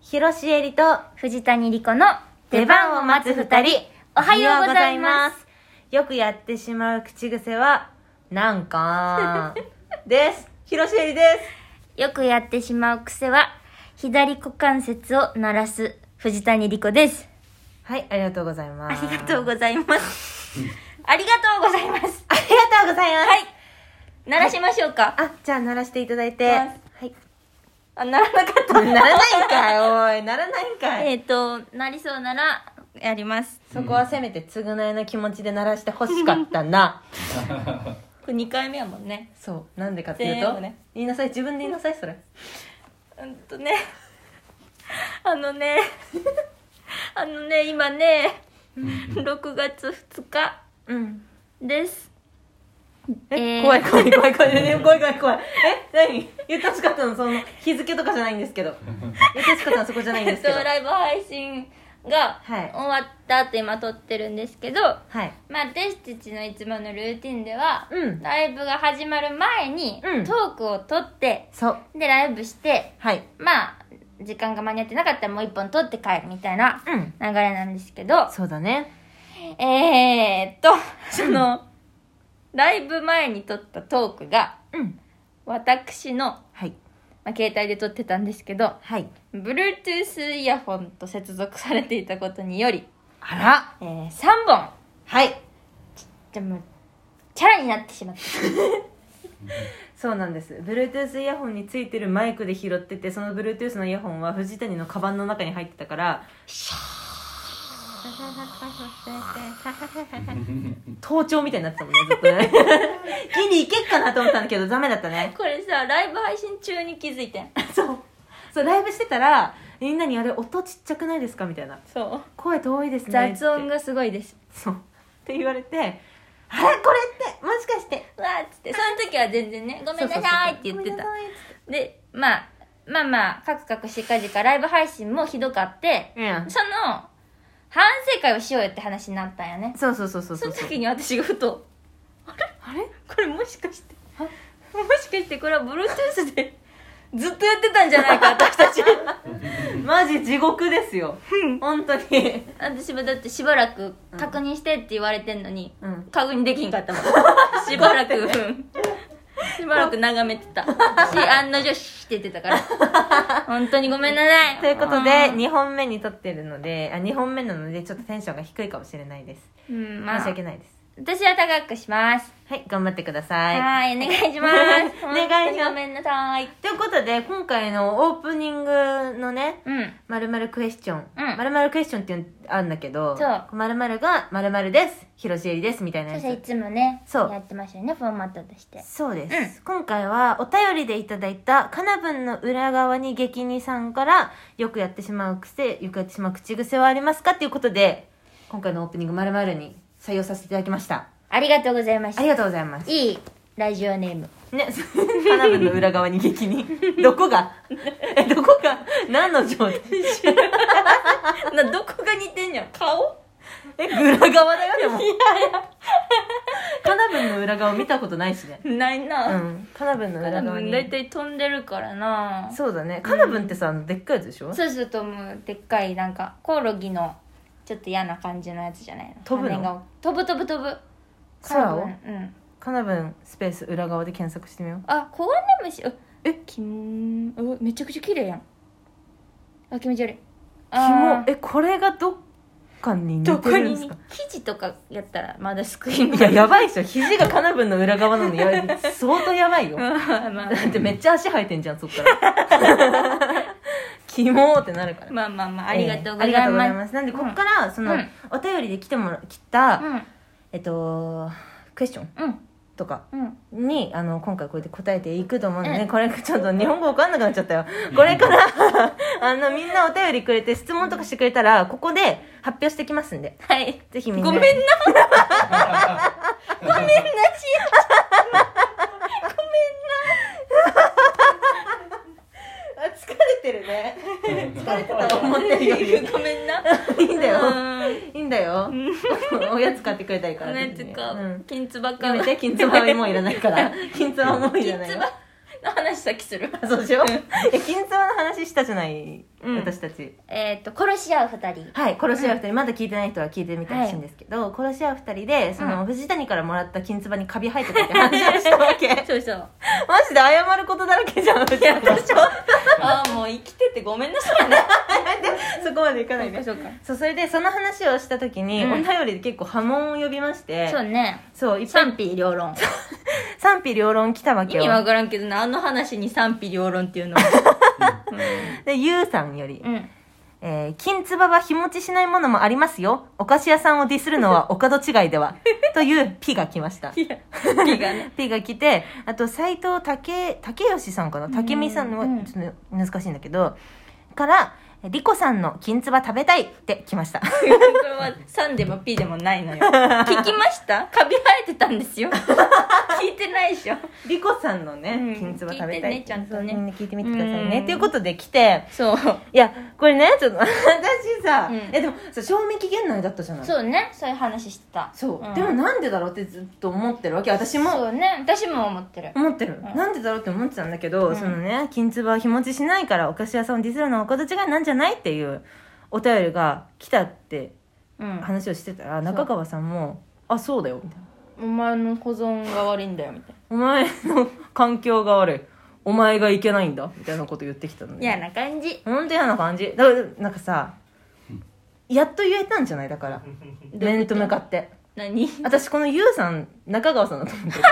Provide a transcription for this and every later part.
広瀬えりと藤谷莉子の出番を待つ二人、おはようございます。 よくやってしまう口癖はなんかです広瀬えりです。 よくやってしまう癖は左股関節を鳴らす藤谷莉子です。 はい、ありがとうございます。 ありがとうございますありがとうございます。 ありがとうございます。 はい、鳴らしましょうか。 あ、じゃあ鳴らしていただいて。 はい、あ、鳴らなかったならないんかい、おい、ならないんかい。 鳴りそうならやります。 そこはせめて償いの気持ちで鳴らしてほしかったなこれ2回目やもんね。 そう、なんでかっていうと、 ね、 言いなさい、自分で言いなさい、それ。 今ね6月2日です。 怖い、何言ってほしかったの、その日付とかじゃないんですけど言ってほしかったのはそこじゃないんですけどライブ配信が終わった後今撮ってるんですけど、 はい、 まあ私たちのいつものルーティンでは、ライブが始まる前にトークを撮って、でライブして、まあ時間が間に合ってなかったらもう一本撮って帰るみたいな流れなんですけど、 そうだね。 そのライブ前に撮ったトークが、私の、携帯で撮ってたんですけど、Bluetooth イヤホンと接続されていたことにより、 あら、 3本、じゃもうチャラになってしまったそうなんです。 Bluetooth イヤホンについてるマイクで拾ってて、その Bluetooth のイヤホンは藤谷のカバンの中に入ってたから盗聴みたいになってたもんね、ずっとねギリいけっかなと思ったんだけどダメだったね。 これさ、ライブ配信中に気づいてんそうライブしてたらみんなに、あれ音ちっちゃくないですかみたいな、声遠いですね、 雑音がすごいです、 って言われて、あれこれってもしかしてわーっつって、その時は全然ね、ごめんなさいって言ってた。で、まあカクカクしかじかライブ配信もひどかって、その反省会をしようよって話になったんよね。 そうその時に私がふと、あれこれもしかしてこれは Bluetooth でずっとやってたんじゃないか私たちマジ地獄ですよ本当に。 私もだってしばらく確認してって言われてんのに、確認できんかったもんしばらく眺めてたし、案の定しててたから本当にごめんなさい。 ということで2本目に撮ってるので、2本目なのでちょっとテンションが低いかもしれないです。申し訳ないです。私は高くします。 はい、頑張ってください。 はい、お願いしますお願いします。 ごめんなさい。 ということで今回のオープニングのね、〇〇クエスチョン、〇〇クエスチョンっていうのあるんだけど、〇〇が〇〇です、広瀬えりですみたいなやつ。 いつもねやってましたよね、フォーマットとして。 そうです、今回はお便りでいただいたかなぶんの裏側に激似さんから、よくやってしまう口癖はありますかっていうことで、今回のオープニング〇〇に採用させていただきました。 ありがとうございました。 ありがとうございます。 いいラジオネームね、かなぶんの裏側に激似どこが何の状態どこが似てんじゃん、顔裏側だよ。でもかなぶんの裏側見たことないしね。 ないな。 かなぶんの裏側にだいたい飛んでるからな。 そうだね。かなぶんってさ、でっかいやつでしょ。 そうするともうでっかい、なんかコオロギのちょっと嫌な感じのやつじゃないの。 飛ぶの？ 飛ぶ空を？かなぶんスペース裏側で検索してみよう。 あ、コガネムシ。めちゃくちゃ綺麗やん。あ、気持ち悪い。 これがどっかに似てるんですか？ 生地とかやったらまだ救いない。 いや、やばいっしょ。肘がかなぶんの裏側なの相当やばいよだってめっちゃ足生えてんじゃん、そっからキモーってなるから。 まあ、ありがとうございます。 なんでこっからその、お便りで来たクエスチョンとかに、今回こうやって答えていくと思うので、これちょっと日本語分かんなくなっちゃったよ。これからみんなお便りくれて質問とかしてくれたら、ここで発表してきますんで、ぜひみんな。 ごめんな疲れてるね。疲れてたと思ってるより。 ごめんな。 いいんだよ。おやつ買ってくれたりから。 なんつうか、金つばか。 やめて、金つばはもういらないから。金つばはもういらないよ。 話先する。 そうしよう。金つばの話したじゃない、私たち。 殺し合う2人。 はい、殺し合う2人、まだ聞いてない人は聞いてみてほしいんですけど、殺し合う2人でその藤谷からもらった金つばにカビ生えてたって話をしたわけ。 そうそう。 マジで謝ることだらけじゃん。 私はもう生きててごめんなさいね。 そこまでいかないで。そうそれでその話をした時に、お便りで結構波紋を呼びまして。 そうね。 そう、 賛否両論。 賛否両論来たわけよ。 意味わからんけどな、あの話に賛否両論っていうので、ゆうさんより、金つばは日持ちしないものもありますよ。お菓子屋さんをディスるのはお門違いでは。というピが来ました。ピがね。 ピが来て、あと斎藤竹吉さんかな、竹見さんのはちょっと難しいんだけど、から、リコさんの金つば食べたいって来ました。これは3でも P でもないのよ。聞きました？カビ生えてたんですよ。聞いてないでしょ。 リコさんのね、金つば食べたい。 聞いてね、ちゃんとね。 聞いてみてくださいね。っていうことで来て、 そう。 いや、これね、ちょっと、私さ、でもさ、賞味期限内だったじゃない。 そうね、そういう話してた。 そう。でもなんでだろうってずっと思ってるわけ、私も。 そうね、私も思ってる。 なんでだろうって思ってたんだけど、そのね、金つばは日持ちしないからお菓子屋さんをディスるのはお門違いなんじゃないっていうお便りが来たって話をしてたら、中川さんも「あ、そうだよ」みたいな 「お前の保存が悪いんだよ」みたいな 「お前の環境が悪い、お前がいけないんだ」みたいなこと言ってきたので、 嫌な感じ。 ほんと嫌な感じだから、なんかさ、やっと言えたんじゃない。だから面と向かって。 何？ 私このゆうさん中川さんだと思ってる。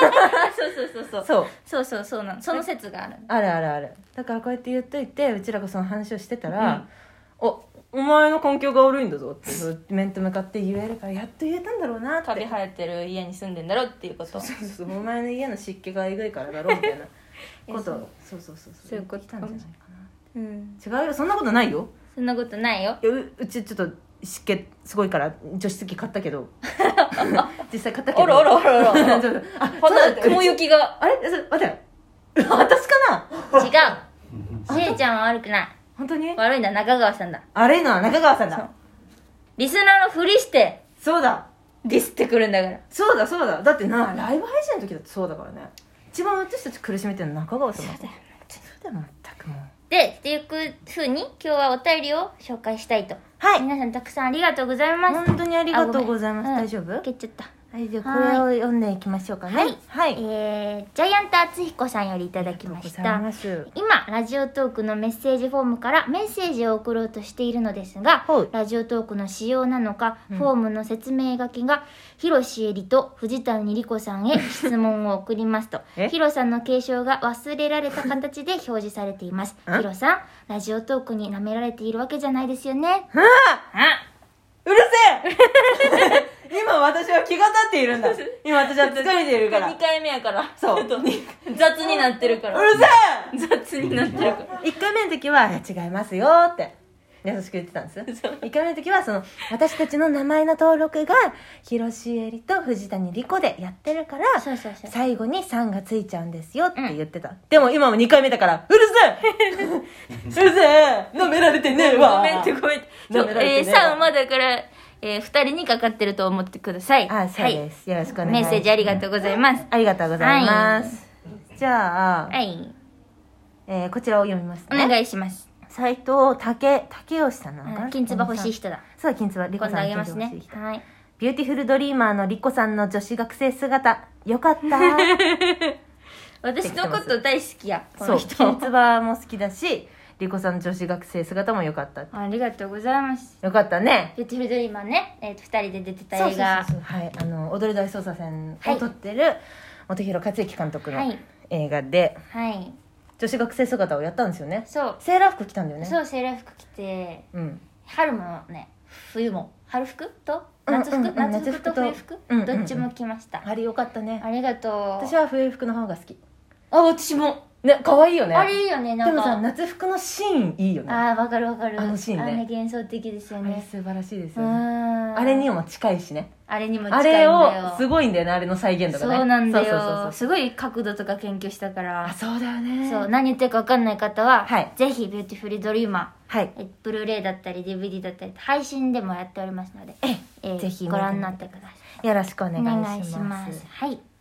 そうなの。その説がある。 ある。だからこうやって言っといて、うちらがその話をしてたら、お前の環境が悪いんだぞって面と向かって言えるから、やっと言えたんだろうなって。 カビ生えてる家に住んでんだろっていうこと。 そうお前の家の湿気がえぐいからだろみたいなことをそういうこと言ったんじゃないかな。違うよ、そんなことないよ。 そんなことないよ。 うちちょっと湿気すごいから除湿機買ったけど実際買ったけど、 あら雲行きがあれ、待って私かな。 違う、しえちゃんは悪くない。 本当に悪いんだ、中川さんだ。 悪いのは中川さんだ。 リスナーのふりしてそうだディスってくるんだから。 そうだだってな、ライブ配信の時だってそうだからね。一番私たち苦しめてるの中川さんだ。そうだよ全くもう。 で、っていう風に今日はお便りを紹介したいと。はい、皆さんたくさんありがとうございます。 本当にありがとうございます。大丈夫？ 蹴っちゃった。 はい、じゃあこれを読んでいきましょうかね。 はい、ジャイアント厚彦さんよりいただきました。今ラジオトークのメッセージフォームからメッセージを送ろうとしているのですが、ラジオトークの仕様なのか、フォームの説明書きが広瀬えりと藤谷莉子さんへ質問を送りますと広さんの継承が忘れられた形で表示されています。広さん、ラジオトークに舐められているわけじゃないですよね。 うるせえ今私は気が立っているんだ。今私は疲れているから。 2回目やから。 そう雑になってるから。 うるせえ雑になってるから。 1回目の時は「違いますよ」って優しく言ってたんです。1回目の時は私たちの名前の登録が広瀬えりと藤谷莉子でやってるから、最後に「さん」がついちゃうんですよって言ってた。でも今も2回目だからうるせえうるせえ舐められてねえわ。 ごめんってさんはだから2人にかかってると思ってください。 そうです、よろしくお願いします。 メッセージありがとうございます。 ありがとうございます。じゃあこちらを読みますね。 お願いします。 斉藤竹吉さんなのかな。 金つば欲しい人だ。 そう、金つば莉子さん今度あげますね。 ビューティフルドリーマーの莉子さんの女子学生姿よかった私のこと大好きやこの人。そう、金つばも好きだし莉子さんの女子学生姿も良かった。 ありがとうございます。 よかったね。 ビューティフルドリーマーね、2人で出てた映画、 はい、踊る大捜査線を撮ってる本広克行監督の映画で、女子学生姿をやったんですよね。 そう、 セーラー服着たんだよね。 そう、セーラー服着て、春もね冬も春服と夏服、夏服と冬服、どっちも着ました。 あれよかったね。 ありがとう。 私は冬服の方が好き。 私もね、可愛いよね。 あれいいよね。なんかでもさ、夏服のシーンいいよね。 わかるあのシーンね。 あれ幻想的ですよね。 あれ素晴らしいですよね。あれにも近いしね。 あれにも近いんだよ。 あれをすごいんだよね、あれの再現とかね。 そうなんだよ。すごい角度とか研究したから。 そうだよね。 そう、何言ってるか分かんない方は、ぜひビューティフルドリーマー、ブルーレイだったり DVD だったり配信でもやっておりますので、ぜひご覧になってください。 よろしくお願いします。 はい。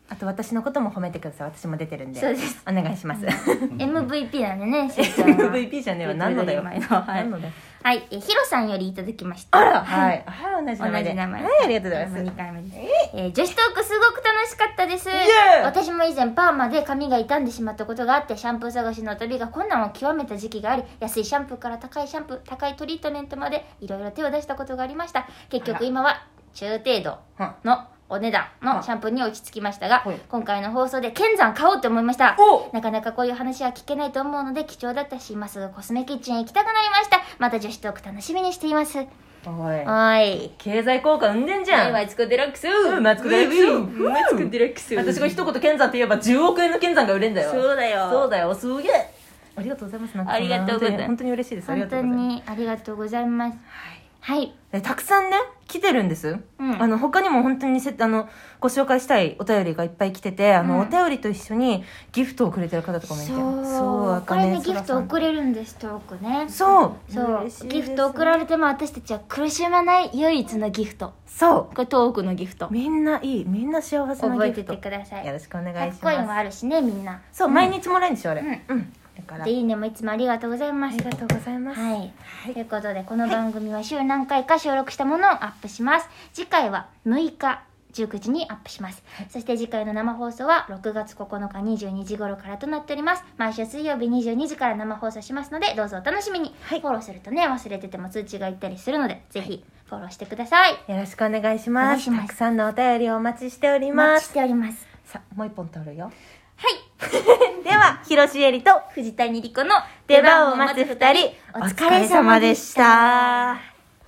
あと私のことも褒めてください。私も出てるんで。 そうです。 お願いします。 MVP なんでね、しーちゃんは。 MVP じゃねえわ。何のだよ。何のだよ。 はい、ヒロさんよりいただきました。 あら、はい。はい、同じ名前で。 同じ名前。 はい、ありがとうございます。 2回目です。女子トークすごく楽しかったです。私も以前パーマで髪が傷んでしまったことがあって、シャンプー探しの旅が困難を極めた時期があり、安いシャンプーから高いシャンプー、高いトリートメントまでいろいろ手を出したことがありました。結局今は中程度のお値段のシャンプーに落ち着きましたが、今回の放送で剣山買おうと思いました。なかなかこういう話は聞けないと思うので貴重だったし、今すぐコスメキッチンへ行きたくなりました。また女子トーク楽しみにしています。 おい経済効果生んでんじゃん。 マツコデラックス、 マツコデラックス、 マツコデラックス。 私が一言剣山って言えば10億円の剣山が売れんだよ。 そうだよ、 そうだよ、すげえ。ありがとうございます。 ありがとうございます。 本当に嬉しいです。 本当にありがとうございます。はい、 たくさんね来てるんです。他にも本当にご紹介したいお便りがいっぱい来てて、お便りと一緒にギフトをくれてる方とかもいて、 そうこれね、ギフト送れるんです。トークね、 そうギフト送られても私たちは苦しまない唯一のギフト。 そう、 これトークのギフト。 みんないい、みんな幸せなギフト。 覚えててください。 よろしくお願いします。 100コインもあるしね、みんな。 そう、毎日もらえるんでしょあれ。 で、いいねもいつもありがとうございます。 ありがとうございます。 はい、ということでこの番組は週何回か収録したものをアップします。次回は6日19時にアップします。そして次回の生放送は6月9日22時頃からとなっております。毎週水曜日22時から生放送しますので、どうぞお楽しみに。フォローするとね、忘れてても通知がいったりするので、ぜひフォローしてください。 よろしくお願いします。たくさんのお便りをお待ちしております。 お待ちしております。 さあ、もう一本取るよ。 はいでは、広瀬えりと藤谷莉子の出番を待つ2人、お疲れ様でした。